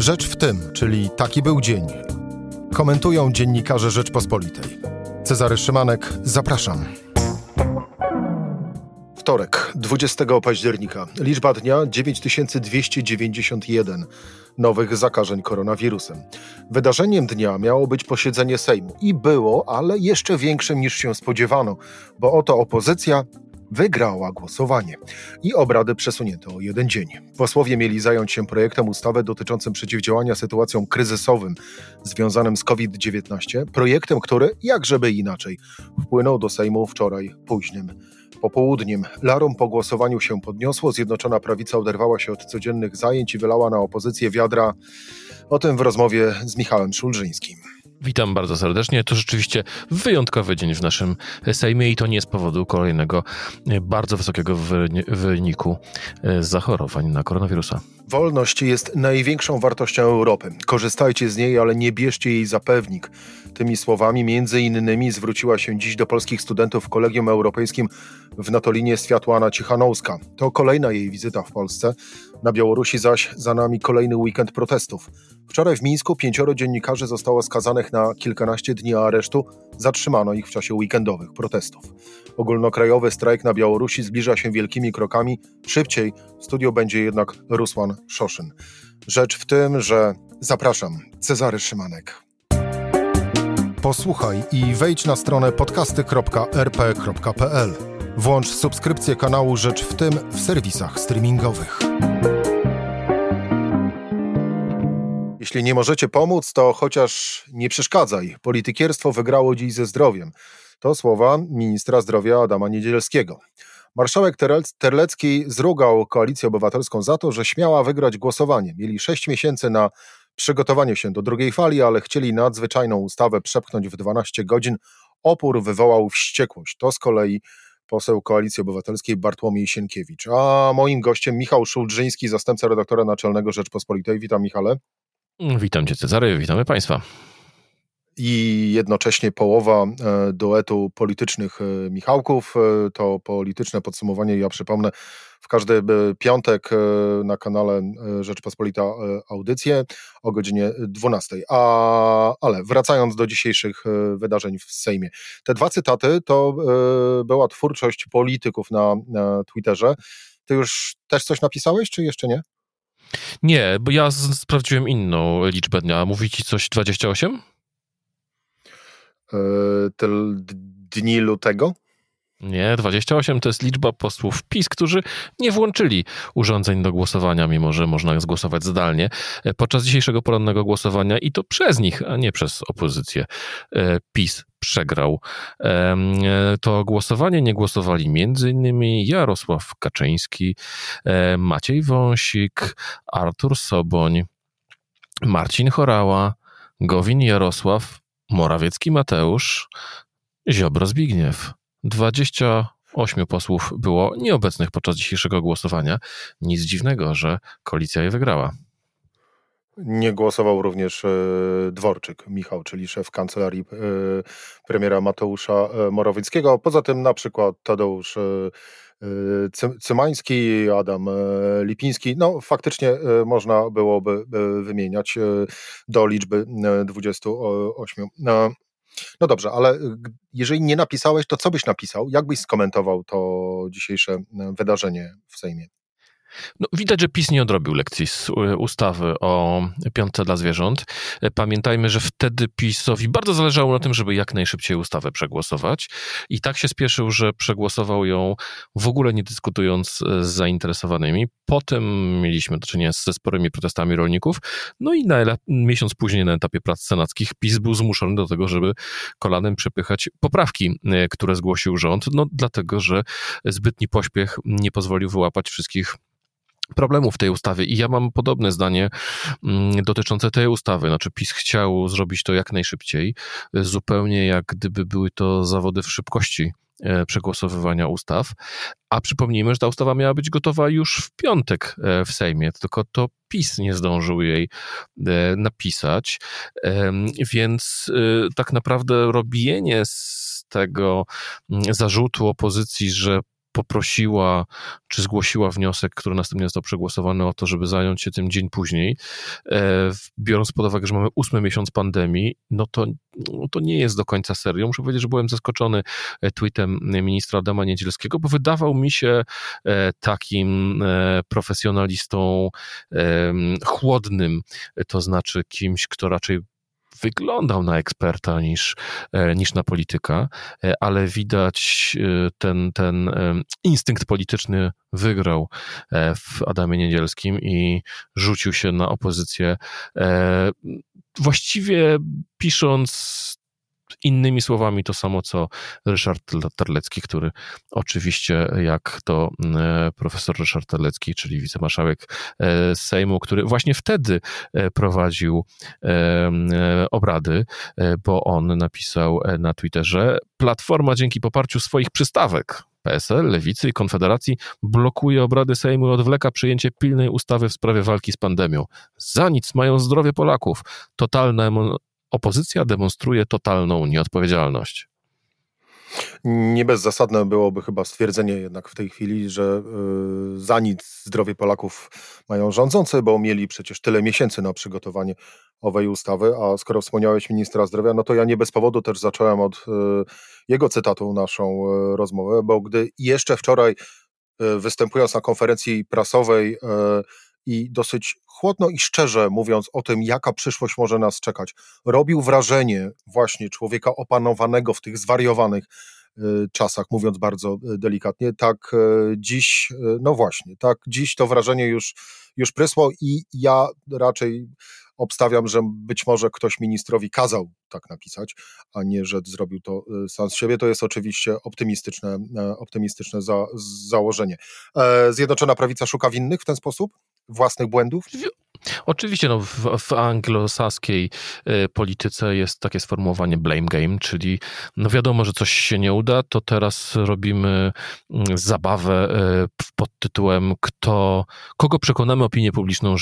Rzecz w tym, czyli taki był dzień. Komentują dziennikarze Rzeczpospolitej. Cezary Szymanek, zapraszam. Wtorek, 20 października. Liczba dnia 9291 nowych zakażeń koronawirusem. Wydarzeniem dnia miało być posiedzenie Sejmu. I było, ale jeszcze większym niż się spodziewano, bo oto opozycja wygrała głosowanie i obrady przesunięto o jeden dzień. Posłowie mieli zająć się projektem ustawy dotyczącym przeciwdziałania sytuacjom kryzysowym związanym z COVID-19, projektem, który, jakżeby inaczej, wpłynął do Sejmu wczoraj późnym popołudniem. Larum po głosowaniu się podniosło, Zjednoczona Prawica oderwała się od codziennych zajęć i wylała na opozycję wiadra. O tym w rozmowie z Michałem Szulżyńskim. Witam bardzo serdecznie. To rzeczywiście wyjątkowy dzień w naszym Sejmie i to nie z powodu kolejnego bardzo wysokiego wyniku zachorowań na koronawirusa. Wolność jest największą wartością Europy. Korzystajcie z niej, ale nie bierzcie jej za pewnik. Tymi słowami między innymi zwróciła się dziś do polskich studentów w Kolegium Europejskim w Natolinie Światłana Cichanouska. To kolejna jej wizyta w Polsce. Na Białorusi zaś za nami kolejny weekend protestów. Wczoraj w Mińsku 5 dziennikarzy zostało skazanych na kilkanaście dni aresztu. Zatrzymano ich w czasie weekendowych protestów. Ogólnokrajowy strajk na Białorusi zbliża się wielkimi krokami. Szybciej w studiu będzie jednak Rusłan Szoszyn. Rzecz w tym, że zapraszam, Cezary Szymanek. Posłuchaj i wejdź na stronę podcasty.rp.pl. Włącz subskrypcję kanału Rzecz w tym w serwisach streamingowych. Jeśli nie możecie pomóc, to chociaż nie przeszkadzaj. Politykierstwo wygrało dziś ze zdrowiem. To słowa ministra zdrowia Adama Niedzielskiego. Marszałek Terlecki zrugał Koalicję Obywatelską za to, że śmiała wygrać głosowanie. Mieli 6 miesięcy na przygotowanie się do drugiej fali, ale chcieli nadzwyczajną ustawę przepchnąć w 12 godzin. Opór wywołał wściekłość. To z kolei poseł Koalicji Obywatelskiej Bartłomiej Sienkiewicz. A moim gościem Michał Szulżyński, zastępca redaktora naczelnego Rzeczpospolitej. Witam, Michale. Witam cię, Cezary, witamy państwa. I jednocześnie połowa duetu politycznych Michałków. To polityczne podsumowanie, ja przypomnę, w każdy piątek na kanale Rzeczpospolita audycję o godzinie 12. Ale wracając do dzisiejszych wydarzeń w Sejmie. Te dwa cytaty to była twórczość polityków na Twitterze. Ty już też coś napisałeś, czy jeszcze nie? Nie, bo ja sprawdziłem inną liczbę dnia. Mówi ci coś 28? Dni lutego? Nie, 28 to jest liczba posłów PiS, którzy nie włączyli urządzeń do głosowania, mimo że można zgłosować zdalnie, podczas dzisiejszego porannego głosowania i to przez nich, a nie przez opozycję. PiS przegrał to głosowanie. Nie głosowali m.in. Jarosław Kaczyński, Maciej Wąsik, Artur Soboń, Marcin Horała, Gowin Jarosław, Morawiecki Mateusz, Ziobro Zbigniew. 28 posłów było nieobecnych podczas dzisiejszego głosowania. Nic dziwnego, że koalicja je wygrała. Nie głosował również Dworczyk Michał, czyli szef kancelarii premiera Mateusza Morawieckiego. Poza tym na przykład Tadeusz Cymański, Adam Lipiński. No faktycznie można byłoby wymieniać do liczby 28. No dobrze, ale jeżeli nie napisałeś, to co byś napisał? Jak byś skomentował to dzisiejsze wydarzenie w Sejmie? No, widać, że PiS nie odrobił lekcji z ustawy o piątce dla zwierząt. Pamiętajmy, że wtedy PiS-owi bardzo zależało na tym, żeby jak najszybciej ustawę przegłosować i tak się spieszył, że przegłosował ją w ogóle nie dyskutując z zainteresowanymi. Potem mieliśmy do czynienia ze sporymi protestami rolników, no i miesiąc później na etapie prac senackich PiS był zmuszony do tego, żeby kolanem przepychać poprawki, które zgłosił rząd, no dlatego, że zbytni pośpiech nie pozwolił wyłapać wszystkich problemów tej ustawy i ja mam podobne zdanie dotyczące tej ustawy. Znaczy PiS chciał zrobić to jak najszybciej, zupełnie jak gdyby były to zawody w szybkości przegłosowywania ustaw, a przypomnijmy, że ta ustawa miała być gotowa już w piątek w Sejmie, tylko to PiS nie zdążył jej napisać, więc tak naprawdę robienie z tego zarzutu opozycji, że poprosiła, czy zgłosiła wniosek, który następnie został przegłosowany o to, żeby zająć się tym dzień później. Biorąc pod uwagę, że mamy 8 miesiąc pandemii, no to nie jest do końca serio. Muszę powiedzieć, że byłem zaskoczony tweetem ministra Adama Niedzielskiego, bo wydawał mi się takim profesjonalistą chłodnym, to znaczy kimś, kto raczej wyglądał na eksperta niż na polityka, ale widać ten instynkt polityczny wygrał w Adamie Niedzielskim i rzucił się na opozycję, właściwie pisząc innymi słowami to samo, co Ryszard Terlecki, który oczywiście, jak to profesor Ryszard Terlecki, czyli wicemarszałek Sejmu, który właśnie wtedy prowadził obrady, bo on napisał na Twitterze: Platforma dzięki poparciu swoich przystawek PSL, Lewicy i Konfederacji blokuje obrady Sejmu i odwleka przyjęcie pilnej ustawy w sprawie walki z pandemią. Za nic mają zdrowie Polaków. Opozycja demonstruje totalną nieodpowiedzialność. Nie bezzasadne byłoby chyba stwierdzenie jednak w tej chwili, że za nic zdrowie Polaków mają rządzący, bo mieli przecież tyle miesięcy na przygotowanie owej ustawy, a skoro wspomniałeś ministra zdrowia, no to ja nie bez powodu też zacząłem od jego cytatu naszą rozmowę, bo gdy jeszcze wczoraj występując na konferencji prasowej i dosyć chłodno i szczerze mówiąc o tym, jaka przyszłość może nas czekać, robił wrażenie właśnie człowieka opanowanego w tych zwariowanych czasach, mówiąc bardzo delikatnie, tak dziś, no właśnie, tak dziś to wrażenie już prysło i ja raczej obstawiam, że być może ktoś ministrowi kazał tak napisać, a nie, że zrobił to sam z siebie. To jest oczywiście optymistyczne założenie. Zjednoczona Prawica szuka winnych w ten sposób? Własnych błędów? Oczywiście w anglosaskiej polityce jest takie sformułowanie blame game, czyli no wiadomo, że coś się nie uda, to teraz robimy zabawę pod tytułem kogo przekonamy opinię publiczną,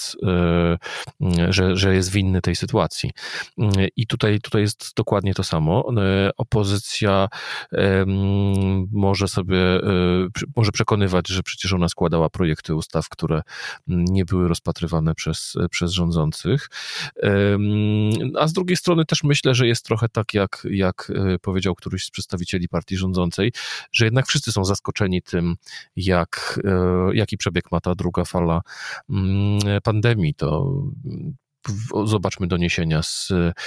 że jest winny tej sytuacji. I tutaj jest dokładnie to samo. Opozycja może przekonywać, że przecież ona składała projekty ustaw, które nie były rozpatrywane przez rządzących. A z drugiej strony też myślę, że jest trochę tak, jak powiedział któryś z przedstawicieli partii rządzącej, że jednak wszyscy są zaskoczeni tym, jaki przebieg ma ta druga fala pandemii. To zobaczmy doniesienia z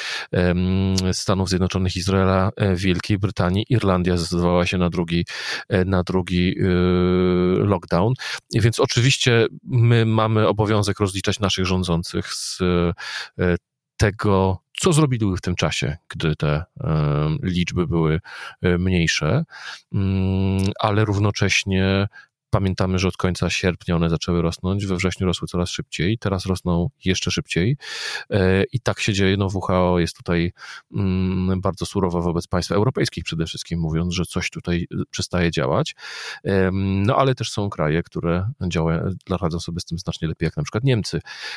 Stanów Zjednoczonych, Izraela, Wielkiej Brytanii. Irlandia zdecydowała się na drugi lockdown. Więc oczywiście my mamy obowiązek rozliczać naszych rządzących z tego, co zrobili w tym czasie, gdy te liczby były mniejsze, ale równocześnie pamiętamy, że od końca sierpnia one zaczęły rosnąć, we wrześniu rosły coraz szybciej, teraz rosną jeszcze szybciej i tak się dzieje. No WHO jest tutaj bardzo surowa wobec państw europejskich przede wszystkim, mówiąc, że coś tutaj przestaje działać, no ale też są kraje, które radzą sobie z tym znacznie lepiej, jak na przykład Niemcy.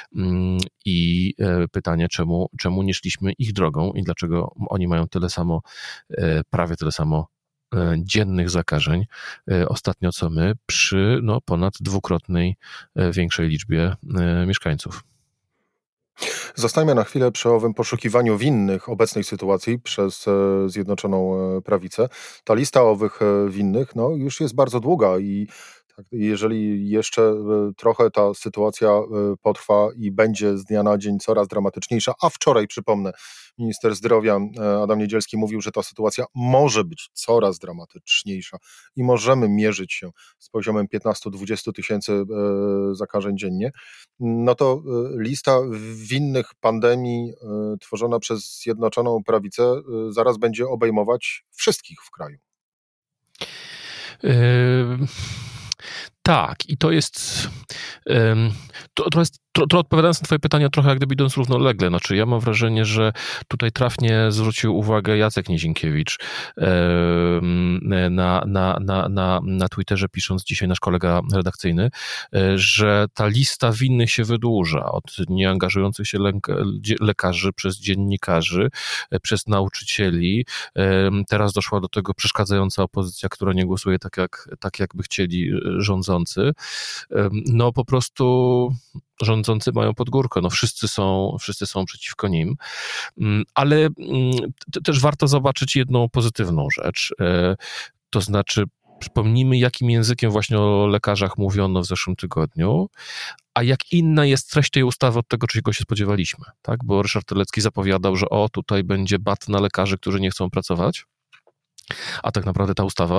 I pytanie, czemu nie szliśmy ich drogą i dlaczego oni mają prawie tyle samo dziennych zakażeń ostatnio co my, przy ponad dwukrotnej większej liczbie mieszkańców. Zostańmy na chwilę przy owym poszukiwaniu winnych obecnej sytuacji przez Zjednoczoną Prawicę. Ta lista owych winnych już jest bardzo długa i jeżeli jeszcze trochę ta sytuacja potrwa i będzie z dnia na dzień coraz dramatyczniejsza, a wczoraj, przypomnę, minister zdrowia Adam Niedzielski mówił, że ta sytuacja może być coraz dramatyczniejsza i możemy mierzyć się z poziomem 15-20 tysięcy zakażeń dziennie, no to lista winnych pandemii tworzona przez Zjednoczoną Prawicę zaraz będzie obejmować wszystkich w kraju. Tak, i to jest, to odpowiadając na twoje pytania, trochę jak gdyby idąc równolegle, znaczy ja mam wrażenie, że tutaj trafnie zwrócił uwagę Jacek Nizinkiewicz na Twitterze, pisząc dzisiaj, nasz kolega redakcyjny, że ta lista winnych się wydłuża od nieangażujących się lekarzy, przez dziennikarzy, przez nauczycieli. Teraz doszła do tego przeszkadzająca opozycja, która nie głosuje tak jakby chcieli rządzący. No po prostu rządzący mają pod górkę, no wszyscy są przeciwko nim, ale też warto zobaczyć jedną pozytywną rzecz, to znaczy przypomnijmy, jakim językiem właśnie o lekarzach mówiono w zeszłym tygodniu, a jak inna jest treść tej ustawy od tego, czego się spodziewaliśmy, tak? Bo Ryszard Terlecki zapowiadał, że tutaj będzie bat na lekarzy, którzy nie chcą pracować. A tak naprawdę ta ustawa,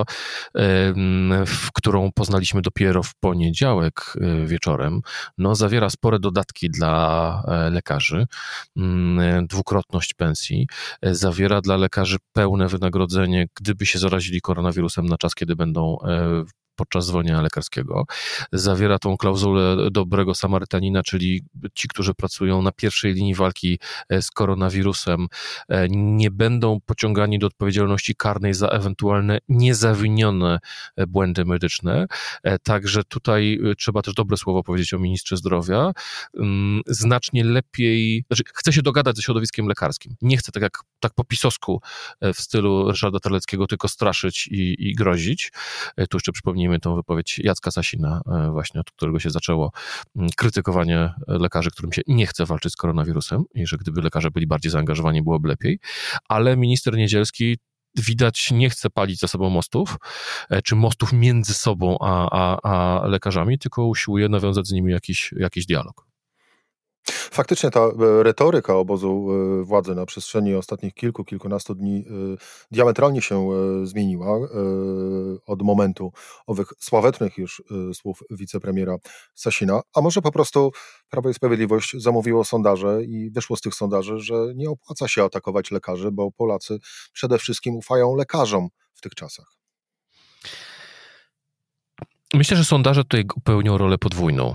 którą poznaliśmy dopiero w poniedziałek wieczorem, no zawiera spore dodatki dla lekarzy, dwukrotność pensji, zawiera dla lekarzy pełne wynagrodzenie, gdyby się zarazili koronawirusem na czas, kiedy będą podczas zwolnienia lekarskiego. Zawiera tą klauzulę dobrego Samarytanina, czyli ci, którzy pracują na pierwszej linii walki z koronawirusem, nie będą pociągani do odpowiedzialności karnej za ewentualne niezawinione błędy medyczne. Także tutaj trzeba też dobre słowo powiedzieć o ministrze zdrowia. Znacznie lepiej, chce się dogadać ze środowiskiem lekarskim. Nie chce tak po pisowsku w stylu Ryszarda Terleckiego tylko straszyć i grozić. Tu jeszcze przypomnijmy tą wypowiedź Jacka Sasina, właśnie od którego się zaczęło krytykowanie lekarzy, którym się nie chce walczyć z koronawirusem i że gdyby lekarze byli bardziej zaangażowani, byłoby lepiej. Ale minister Niedzielski widać nie chce palić za sobą mostów, czy mostów między sobą a lekarzami, tylko usiłuje nawiązać z nimi jakiś dialog. Faktycznie ta retoryka obozu władzy na przestrzeni ostatnich kilkunastu dni diametralnie się zmieniła od momentu owych sławetnych już słów wicepremiera Sasina, a może po prostu Prawo i Sprawiedliwość zamówiło sondaże i wyszło z tych sondaży, że nie opłaca się atakować lekarzy, bo Polacy przede wszystkim ufają lekarzom w tych czasach. Myślę, że sondaże tutaj pełnią rolę podwójną.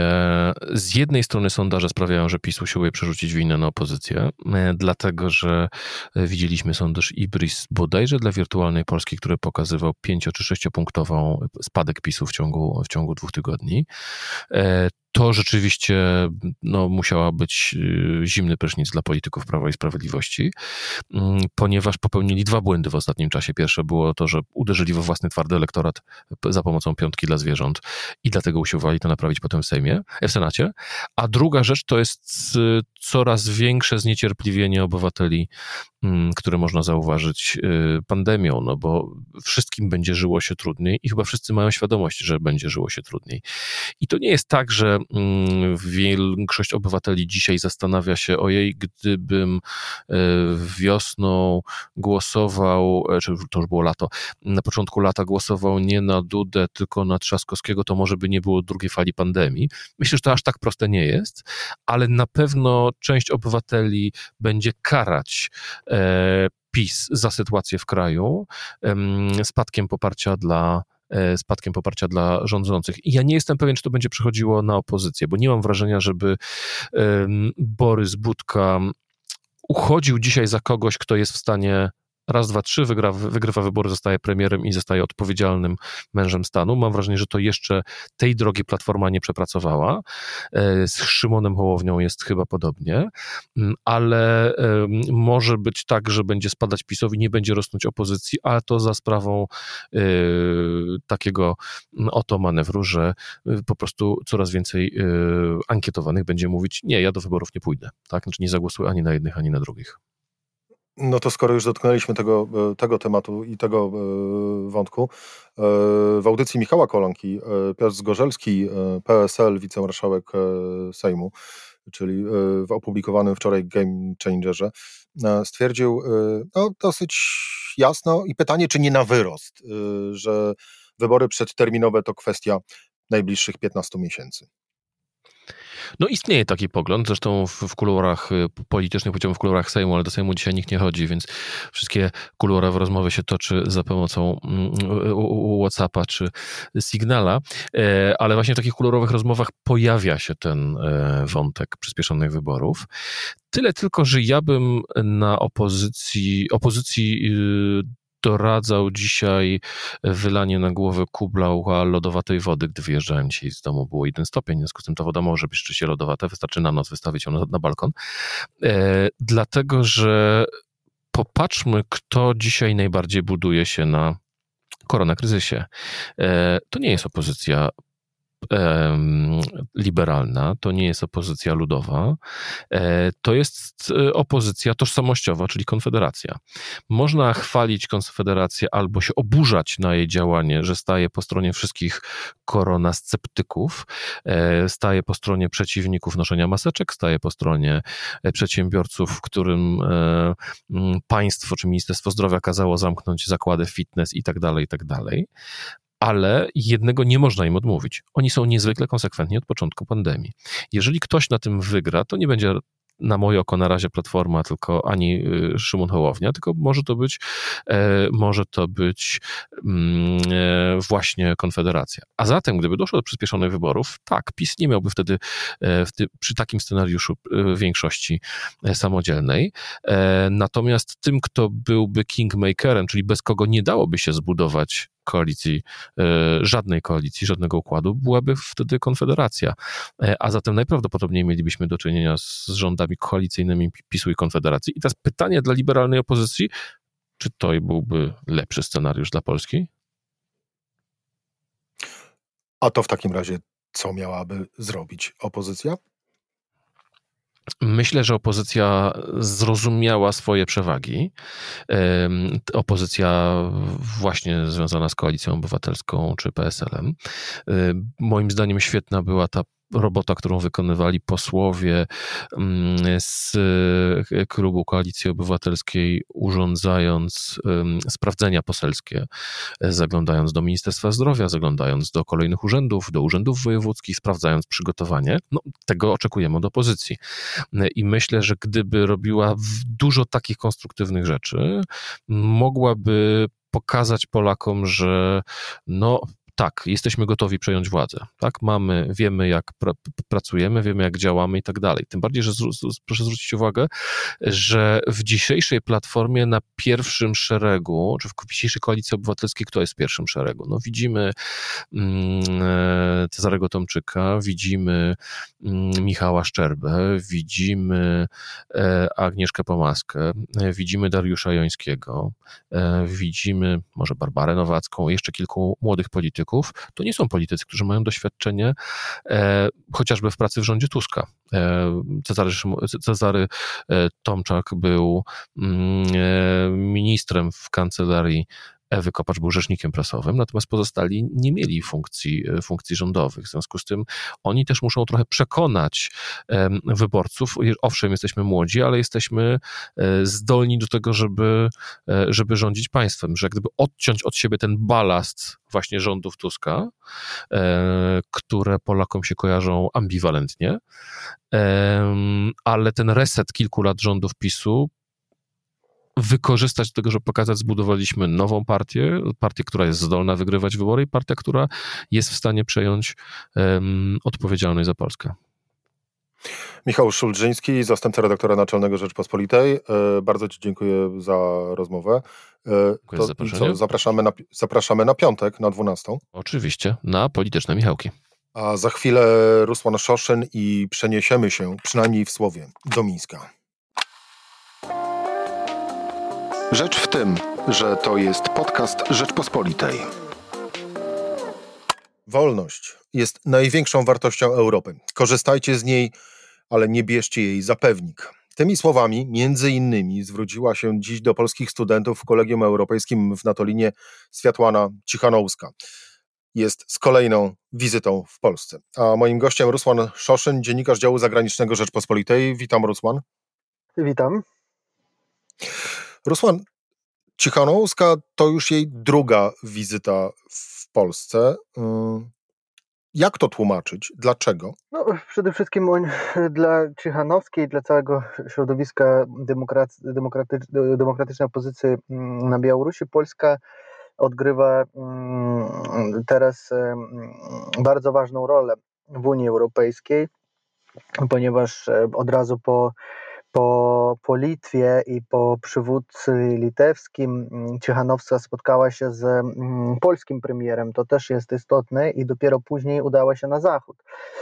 Z jednej strony sondaże sprawiają, że PiS usiłuje przerzucić winę na opozycję, dlatego że widzieliśmy sondaż IBRIS bodajże dla Wirtualnej Polski, który pokazywał 5 czy 6-punktową spadek PiS-u w ciągu 2 tygodni. To rzeczywiście musiała być zimny prysznic dla polityków Prawa i Sprawiedliwości, ponieważ popełnili 2 błędy w ostatnim czasie. Pierwsze było to, że uderzyli we własny twardy elektorat za pomocą piątki dla zwierząt i dlatego usiłowali to naprawić potem w Senacie. A druga rzecz to jest coraz większe zniecierpliwienie obywateli, które można zauważyć pandemią, bo wszystkim będzie żyło się trudniej i chyba wszyscy mają świadomość, że będzie żyło się trudniej. I to nie jest tak, że większość obywateli dzisiaj zastanawia się, gdybym wiosną głosował, czy to już było lato, na początku lata głosował nie na Dudę, tylko na Trzaskowskiego, to może by nie było drugiej fali pandemii. Myślę, że to aż tak proste nie jest, ale na pewno część obywateli będzie karać PiS za sytuację w kraju spadkiem poparcia dla rządzących. I ja nie jestem pewien, czy to będzie przechodziło na opozycję, bo nie mam wrażenia, żeby Borys Budka uchodził dzisiaj za kogoś, kto jest w stanie raz, dwa, trzy, wygrywa wybory, zostaje premierem i zostaje odpowiedzialnym mężem stanu. Mam wrażenie, że to jeszcze tej drogi Platforma nie przepracowała. Z Szymonem Hołownią jest chyba podobnie, ale może być tak, że będzie spadać PiS-owi, nie będzie rosnąć opozycji, ale to za sprawą takiego oto manewru, że po prostu coraz więcej ankietowanych będzie mówić, nie, ja do wyborów nie pójdę, tak? Znaczy nie zagłosuję ani na jednych, ani na drugich. No to skoro już dotknęliśmy tego tematu i tego wątku, w audycji Michała Kolanki Piotr Zgorzelski, PSL, wicemarszałek Sejmu, czyli w opublikowanym wczoraj Game Changerze, stwierdził dosyć jasno i pytanie, czy nie na wyrost, że wybory przedterminowe to kwestia najbliższych 15 miesięcy. No istnieje taki pogląd, zresztą w kuluarach politycznych, powiedziałbym w kuluarach Sejmu, ale do Sejmu dzisiaj nikt nie chodzi, więc wszystkie kuluarowe rozmowy się toczy za pomocą WhatsAppa czy Signala, ale właśnie w takich kuluarowych rozmowach pojawia się ten wątek przyspieszonych wyborów. Tyle tylko, że ja bym na opozycji doradzał dzisiaj wylanie na głowę kubła lodowatej wody, gdy wyjeżdżałem dzisiaj z domu. Było 1 stopień, w związku z tym ta woda może być rzeczywiście lodowata, wystarczy na noc wystawić ją na balkon. Dlatego, że popatrzmy, kto dzisiaj najbardziej buduje się na koronakryzysie. To nie jest opozycja liberalna, to nie jest opozycja ludowa, to jest opozycja tożsamościowa, czyli Konfederacja. Można chwalić Konfederację albo się oburzać na jej działanie, że staje po stronie wszystkich koronasceptyków, staje po stronie przeciwników noszenia maseczek, staje po stronie przedsiębiorców, w którym państwo czy Ministerstwo Zdrowia kazało zamknąć zakłady fitness i tak dalej. Ale jednego nie można im odmówić. Oni są niezwykle konsekwentni od początku pandemii. Jeżeli ktoś na tym wygra, to nie będzie na moje oko na razie Platforma, tylko ani Szymon Hołownia, tylko może to być właśnie Konfederacja. A zatem, gdyby doszło do przyspieszonych wyborów, tak, PiS nie miałby wtedy przy takim scenariuszu większości samodzielnej. Natomiast tym, kto byłby kingmakerem, czyli bez kogo nie dałoby się zbudować koalicji, żadnej koalicji, żadnego układu, byłaby wtedy Konfederacja. A zatem najprawdopodobniej mielibyśmy do czynienia z rządami koalicyjnymi PiS-u i Konfederacji. I teraz pytanie dla liberalnej opozycji, czy to byłby lepszy scenariusz dla Polski? A to w takim razie co miałaby zrobić opozycja? Myślę, że opozycja zrozumiała swoje przewagi. Opozycja właśnie związana z Koalicją Obywatelską czy PSL-em. Moim zdaniem świetna była ta robota, którą wykonywali posłowie z klubu Koalicji Obywatelskiej, urządzając sprawdzenia poselskie, zaglądając do Ministerstwa Zdrowia, zaglądając do kolejnych urzędów, do urzędów wojewódzkich, sprawdzając przygotowanie. No, tego oczekujemy od opozycji. I myślę, że gdyby robiła dużo takich konstruktywnych rzeczy, mogłaby pokazać Polakom, że no tak, jesteśmy gotowi przejąć władzę, tak, wiemy jak pracujemy, wiemy jak działamy i tak dalej. Tym bardziej, że proszę zwrócić uwagę, że w dzisiejszej Platformie na pierwszym szeregu, czy w dzisiejszej Koalicji Obywatelskiej, kto jest w pierwszym szeregu? No widzimy Cezarego Tomczyka, widzimy Michała Szczerbę, widzimy Agnieszkę Pomaskę, widzimy Dariusza Jońskiego, widzimy może Barbarę Nowacką, jeszcze kilku młodych polityków. To nie są politycy, którzy mają doświadczenie chociażby w pracy w rządzie Tuska. Cezary Tomczak był ministrem w kancelarii Ewy Kopacz, był rzecznikiem prasowym, natomiast pozostali nie mieli funkcji rządowych. W związku z tym oni też muszą trochę przekonać wyborców. Owszem, jesteśmy młodzi, ale jesteśmy zdolni do tego, żeby rządzić państwem, że gdyby odciąć od siebie ten balast właśnie rządów Tuska, które Polakom się kojarzą ambiwalentnie, ale ten reset kilku lat rządów PiS-u wykorzystać do tego, żeby pokazać, zbudowaliśmy nową partię, która jest zdolna wygrywać wybory i partia, która jest w stanie przejąć odpowiedzialność za Polskę. Michał Szulżyński, zastępca redaktora naczelnego Rzeczpospolitej. Bardzo Ci dziękuję za rozmowę. Dziękuję za zaproszenie. Zapraszamy na piątek, na 12:00. Oczywiście, na Polityczne Michałki. A za chwilę Rusłan Szoszyn i przeniesiemy się, przynajmniej w słowie, do Mińska. Rzecz w tym, że to jest podcast Rzeczpospolitej. Wolność jest największą wartością Europy. Korzystajcie z niej, ale nie bierzcie jej za pewnik. Tymi słowami, między innymi, zwróciła się dziś do polskich studentów w Kolegium Europejskim w Natolinie Światłana Cichanouska. Jest z kolejną wizytą w Polsce. A moim gościem Rusłan Szoszyn, dziennikarz działu zagranicznego Rzeczpospolitej. Witam, Rusłan. Witam. Rusłan, Cichanouska to już jej druga wizyta w Polsce. Jak to tłumaczyć? Dlaczego? No, przede wszystkim dla Cichanowskiej, dla całego środowiska demokratycznej opozycji na Białorusi, Polska odgrywa teraz bardzo ważną rolę w Unii Europejskiej, ponieważ od razu po Litwie i po przywódcy litewskim Cichanowska spotkała się z polskim premierem. To też jest istotne i dopiero później udała się na zachód.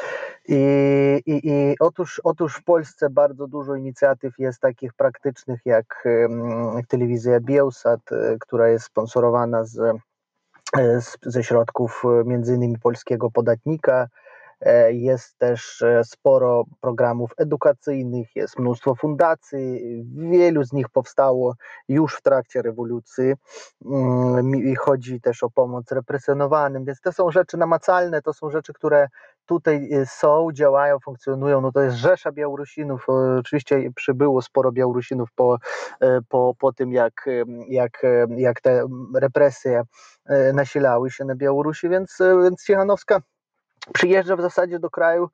I otóż w Polsce bardzo dużo inicjatyw jest takich praktycznych, jak telewizja Biełsat, która jest sponsorowana ze środków między innymi polskiego podatnika. Jest też sporo programów edukacyjnych, jest mnóstwo fundacji, wielu z nich powstało już w trakcie rewolucji i chodzi też o pomoc represjonowanym, więc to są rzeczy namacalne, to są rzeczy, które tutaj są, działają, funkcjonują. No to jest rzesza Białorusinów, oczywiście przybyło sporo Białorusinów po tym, jak te represje nasilały się na Białorusi, więc Cichanowska przyjeżdża w zasadzie do kraju,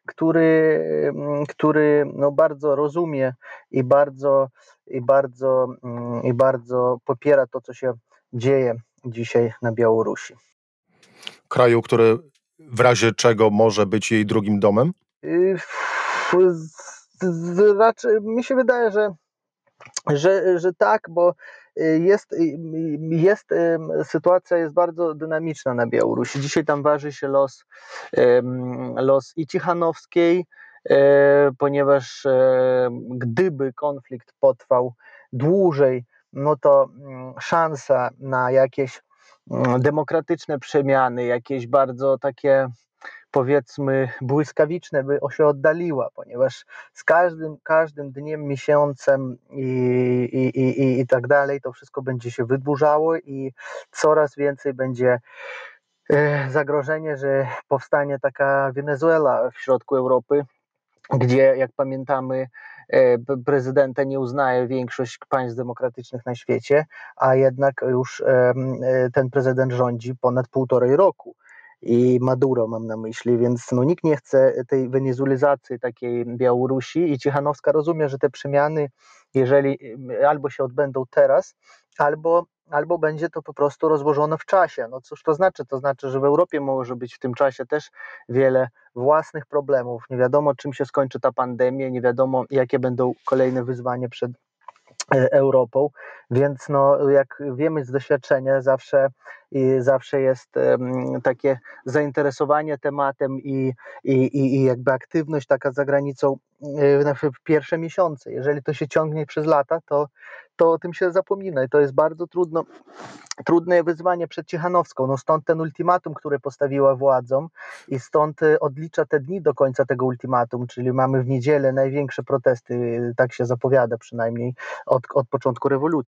który no bardzo rozumie i bardzo popiera to, co się dzieje dzisiaj na Białorusi. Kraju, który w razie czego może być jej drugim domem? Raczej mi się wydaje, że tak, bo sytuacja jest bardzo dynamiczna na Białorusi. Dzisiaj tam waży się los i Cichanowskiej, ponieważ gdyby konflikt potrwał dłużej, no to szansa na jakieś demokratyczne przemiany, jakieś bardzo takie, powiedzmy, błyskawiczne by się oddaliła, ponieważ z każdym dniem, miesiącem i tak dalej to wszystko będzie się wydłużało i coraz więcej będzie zagrożenie, że powstanie taka Wenezuela w środku Europy, gdzie, jak pamiętamy, prezydenta nie uznaje większość państw demokratycznych na świecie, a jednak już ten prezydent rządzi ponad 1,5 roku. I Maduro mam na myśli, więc no, nikt nie chce tej wenezuelizacji takiej Białorusi i Cichanowska rozumie, że te przemiany, jeżeli albo się odbędą teraz, albo będzie to po prostu rozłożone w czasie. No cóż to znaczy? To znaczy, że w Europie może być w tym czasie też wiele własnych problemów. Nie wiadomo, czym się skończy ta pandemia, nie wiadomo, jakie będą kolejne wyzwania przed Europą, więc no, jak wiemy z doświadczenia, zawsze jest takie zainteresowanie tematem i jakby aktywność taka za granicą w pierwsze miesiące. Jeżeli to się ciągnie przez lata, to o tym się zapomina i to jest bardzo trudne wyzwanie przed Cichanowską. No stąd ten ultimatum, które postawiła władzom i stąd odlicza te dni do końca tego ultimatum, czyli mamy w niedzielę największe protesty, tak się zapowiada przynajmniej od początku rewolucji.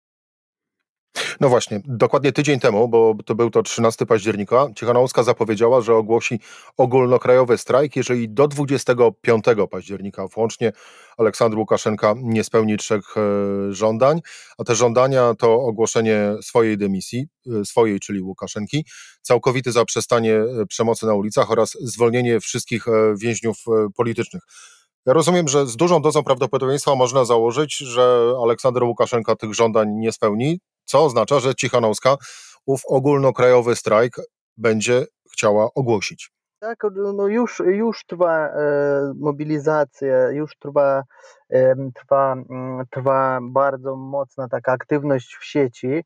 No właśnie, dokładnie tydzień temu, bo to był 13 października, Cichanouska zapowiedziała, że ogłosi ogólnokrajowy strajk, jeżeli do 25 października włącznie Aleksandr Łukaszenka nie spełni 3 żądań, a te żądania to ogłoszenie swojej dymisji, swojej, czyli Łukaszenki, całkowite zaprzestanie przemocy na ulicach oraz zwolnienie wszystkich więźniów politycznych. Ja rozumiem, że z dużą dozą prawdopodobieństwa można założyć, że Aleksander Łukaszenka tych żądań nie spełni, co oznacza, że Cichanouska ów ogólnokrajowy strajk będzie chciała ogłosić. Tak, no już trwa mobilizacja, już trwa bardzo mocna taka aktywność w sieci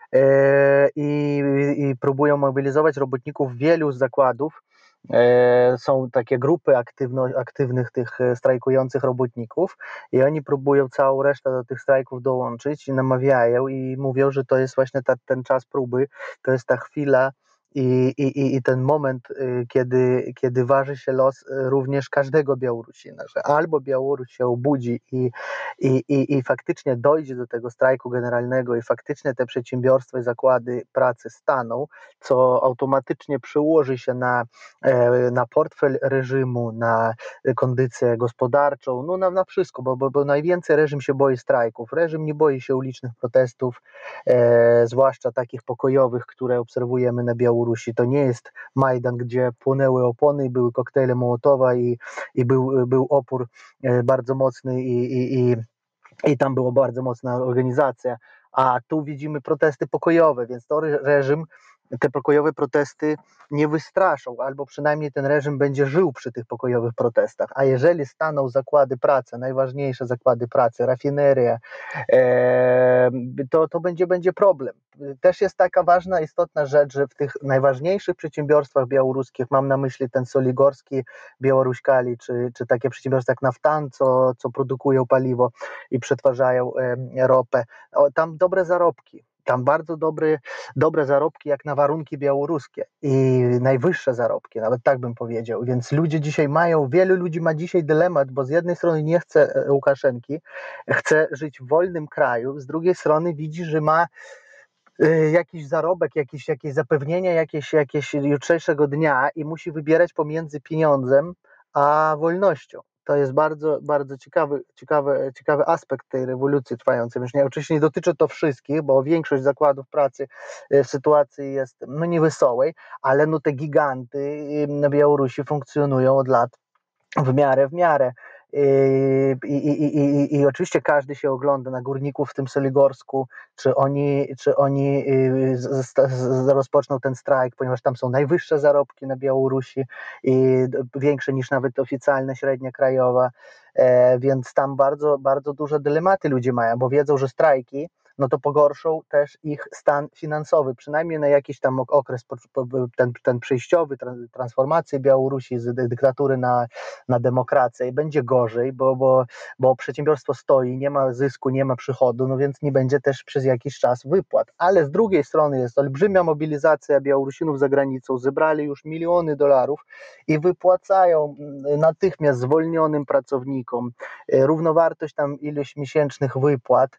i próbują mobilizować robotników wielu zakładów. Są takie grupy aktywnych tych strajkujących robotników i oni próbują całą resztę do tych strajków dołączyć i namawiają i mówią, że to jest właśnie ten czas próby, to jest ta chwila i ten moment, kiedy waży się los również każdego Białorusina, że albo Białoruś się obudzi i faktycznie dojdzie do tego strajku generalnego i faktycznie te przedsiębiorstwa i zakłady pracy staną, co automatycznie przełoży się na portfel reżimu, na kondycję gospodarczą, no na wszystko, bo najwięcej reżim się boi strajków. Reżim nie boi się ulicznych protestów, zwłaszcza takich pokojowych, które obserwujemy na Białorusi. Białorusi. To nie jest Majdan, gdzie płonęły opony, były koktajle Mołotowa i był opór bardzo mocny i tam była bardzo mocna organizacja, a tu widzimy protesty pokojowe, więc to reżim, te pokojowe protesty nie wystraszą, albo przynajmniej ten reżim będzie żył przy tych pokojowych protestach, a jeżeli staną zakłady pracy, najważniejsze zakłady pracy, rafinerie, to będzie problem. Też jest taka ważna, istotna rzecz, że w tych najważniejszych przedsiębiorstwach białoruskich, mam na myśli ten Soligorski, Białoruś-Kali, czy takie przedsiębiorstwa jak Naftan, co produkują paliwo i przetwarzają ropę, tam dobre zarobki. Tam bardzo dobre zarobki jak na warunki białoruskie i najwyższe zarobki, nawet tak bym powiedział. Więc ludzie dzisiaj wielu ludzi ma dzisiaj dylemat, bo z jednej strony nie chce Łukaszenki, chce żyć w wolnym kraju, z drugiej strony widzi, że ma jakiś zarobek, jakieś zapewnienia, jakieś jutrzejszego dnia i musi wybierać pomiędzy pieniądzem a wolnością. To jest bardzo, bardzo ciekawy aspekt tej rewolucji trwającej. Oczywiście nie dotyczy to wszystkich, bo większość zakładów pracy w sytuacji jest niewesołej, ale te giganty na Białorusi funkcjonują od lat w miarę. I oczywiście każdy się ogląda na górników w tym Soligorsku, czy oni rozpoczną ten strajk, ponieważ tam są najwyższe zarobki na Białorusi i większe niż nawet oficjalna średnia krajowa, więc tam bardzo, bardzo duże dylematy ludzie mają, bo wiedzą, że strajki to pogorszą też ich stan finansowy, przynajmniej na jakiś tam okres, ten przejściowy, transformacji Białorusi z dyktatury na demokrację i będzie gorzej, bo przedsiębiorstwo stoi, nie ma zysku, nie ma przychodu, więc nie będzie też przez jakiś czas wypłat. Ale z drugiej strony jest olbrzymia mobilizacja Białorusinów za granicą, zebrali już miliony dolarów i wypłacają natychmiast zwolnionym pracownikom równowartość tam ileś miesięcznych wypłat,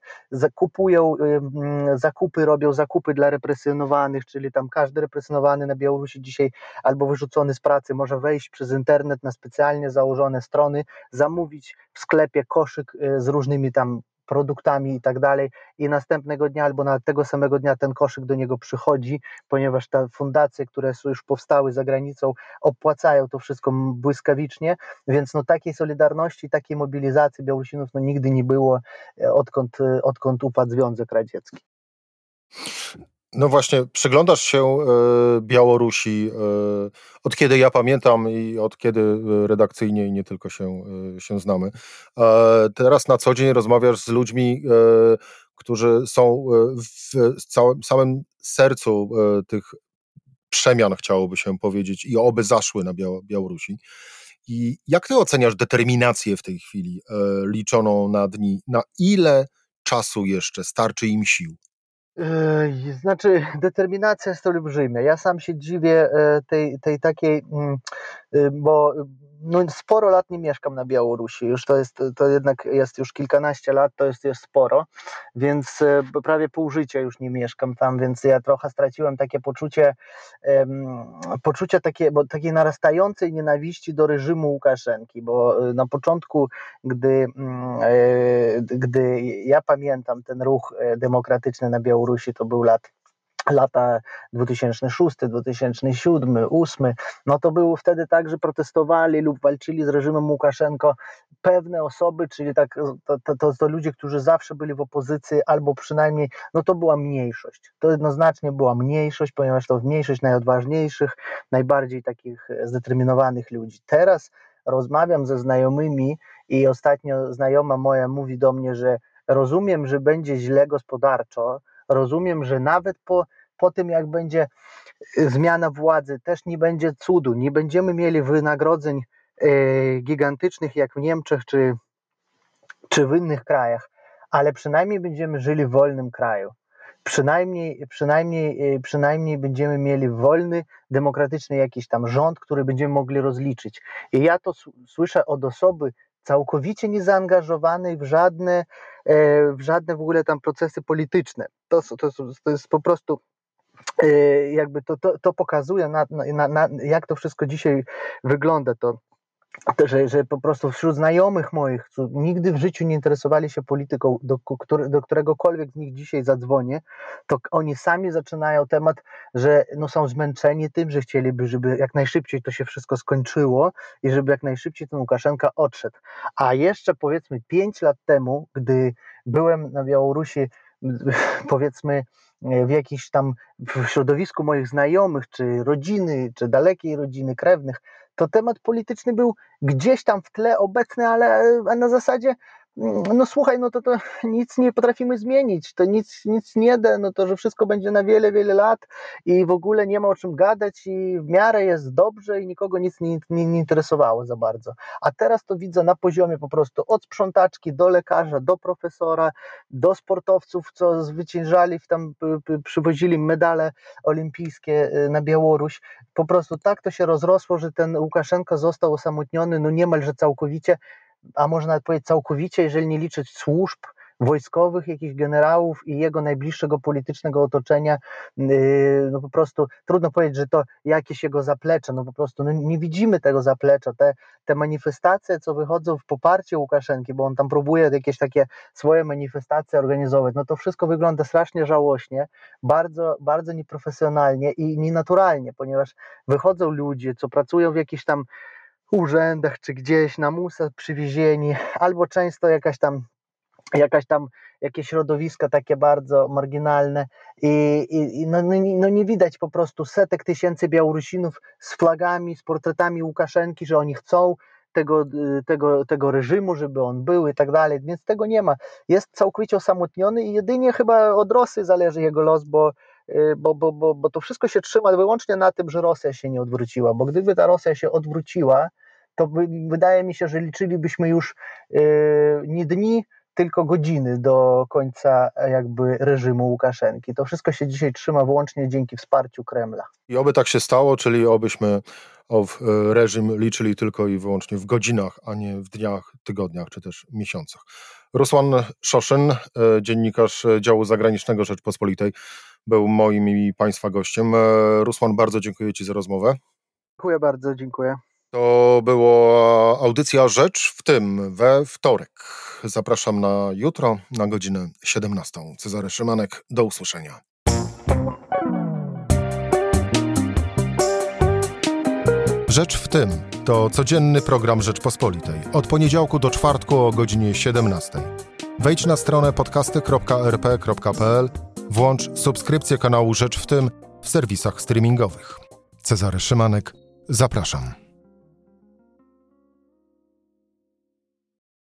robią zakupy dla represjonowanych, czyli tam każdy represjonowany na Białorusi dzisiaj albo wyrzucony z pracy może wejść przez internet na specjalnie założone strony, zamówić w sklepie koszyk z różnymi tam produktami i tak dalej i następnego dnia albo nawet tego samego dnia ten koszyk do niego przychodzi, ponieważ te fundacje, które już powstały za granicą, opłacają to wszystko błyskawicznie, więc takiej solidarności, takiej mobilizacji Białorusinów nigdy nie było, odkąd upadł Związek Radziecki. No właśnie, przyglądasz się Białorusi od kiedy ja pamiętam i od kiedy redakcyjnie i nie tylko się znamy. Teraz na co dzień rozmawiasz z ludźmi, którzy są w samym sercu tych przemian, chciałoby się powiedzieć, i oby zaszły na Białorusi. I jak ty oceniasz determinację w tej chwili, liczoną na dni? Na ile czasu jeszcze starczy im sił? Znaczy, determinacja jest olbrzymia. Ja sam się dziwię tej takiej, bo sporo lat nie mieszkam na Białorusi. Już to jednak jest już kilkanaście lat, to jest sporo, więc prawie pół życia już nie mieszkam tam, więc ja trochę straciłem takie poczucie takiej narastającej nienawiści do reżimu Łukaszenki, bo na początku, gdy ja pamiętam ten ruch demokratyczny na Białorusi, to był lata 2006, 2007, 2008, to było wtedy tak, że protestowali lub walczyli z reżimem Łukaszenko pewne osoby, czyli to ludzie, którzy zawsze byli w opozycji, albo przynajmniej, to była mniejszość. To jednoznacznie była mniejszość, ponieważ to mniejszość najodważniejszych, najbardziej takich zdeterminowanych ludzi. Teraz rozmawiam ze znajomymi i ostatnio znajoma moja mówi do mnie, że rozumiem, że będzie źle gospodarczo, rozumiem, że nawet po tym, jak będzie zmiana władzy, też nie będzie cudu, nie będziemy mieli wynagrodzeń gigantycznych jak w Niemczech czy w innych krajach, ale przynajmniej będziemy żyli w wolnym kraju. Przynajmniej będziemy mieli wolny, demokratyczny jakiś tam rząd, który będziemy mogli rozliczyć. I ja to słyszę od osoby całkowicie niezaangażowanej w żadne w ogóle tam procesy polityczne. To jest po prostu jakby to pokazuje jak to wszystko dzisiaj wygląda. że po prostu wśród znajomych moich, co nigdy w życiu nie interesowali się polityką, do któregokolwiek z nich dzisiaj zadzwonię, to oni sami zaczynają temat, że no są zmęczeni tym, że chcieliby, żeby jak najszybciej to się wszystko skończyło i żeby jak najszybciej ten Łukaszenka odszedł. A jeszcze powiedzmy 5 lat temu, gdy byłem na Białorusi, powiedzmy w jakimś tam w środowisku moich znajomych, czy rodziny, czy dalekiej rodziny, krewnych, to temat polityczny był gdzieś tam w tle obecny, ale na zasadzie no słuchaj, no to nic nie potrafimy zmienić, to nic nie da, no to, że wszystko będzie na wiele, wiele lat i w ogóle nie ma o czym gadać i w miarę jest dobrze i nikogo nic nie interesowało za bardzo. A teraz to widzę na poziomie po prostu od sprzątaczki do lekarza, do profesora, do sportowców, co zwyciężali, tam przywozili medale olimpijskie na Białoruś. Po prostu tak to się rozrosło, że ten Łukaszenko został osamotniony, no niemalże całkowicie, a można nawet powiedzieć całkowicie, jeżeli nie liczyć służb wojskowych, jakichś generałów i jego najbliższego politycznego otoczenia, no po prostu trudno powiedzieć, że to jakieś jego zaplecze, no po prostu no nie widzimy tego zaplecza, te manifestacje, co wychodzą w poparcie Łukaszenki, bo on tam próbuje jakieś takie swoje manifestacje organizować, no to wszystko wygląda strasznie żałośnie, bardzo, bardzo nieprofesjonalnie i nienaturalnie, ponieważ wychodzą ludzie, co pracują w jakichś tam urzędach czy gdzieś na musa przywiezieni, albo często jakieś środowiska takie bardzo marginalne i no nie widać po prostu setek tysięcy Białorusinów z flagami, z portretami Łukaszenki, że oni chcą tego reżimu, żeby on był i tak dalej, więc tego nie ma. Jest całkowicie osamotniony i jedynie chyba od Rosji zależy jego los, bo to wszystko się trzyma wyłącznie na tym, że Rosja się nie odwróciła, bo gdyby ta Rosja się odwróciła, to wydaje mi się, że liczylibyśmy już nie dni, tylko godziny do końca jakby reżimu Łukaszenki. To wszystko się dzisiaj trzyma wyłącznie dzięki wsparciu Kremla. I oby tak się stało, czyli obyśmy reżim liczyli tylko i wyłącznie w godzinach, a nie w dniach, tygodniach czy też miesiącach. Rusłan Szoszyn, dziennikarz działu zagranicznego Rzeczpospolitej, był moim i Państwa gościem. Rusłan, bardzo dziękuję Ci za rozmowę. Dziękuję bardzo, dziękuję. To była audycja Rzecz w tym we wtorek. Zapraszam na jutro na godzinę 17. Cezary Szymanek, do usłyszenia. Rzecz w tym to codzienny program Rzeczpospolitej. Od poniedziałku do czwartku o godzinie 17. Wejdź na stronę podcasty.rp.pl, włącz subskrypcję kanału Rzecz w tym w serwisach streamingowych. Cezary Szymanek, zapraszam.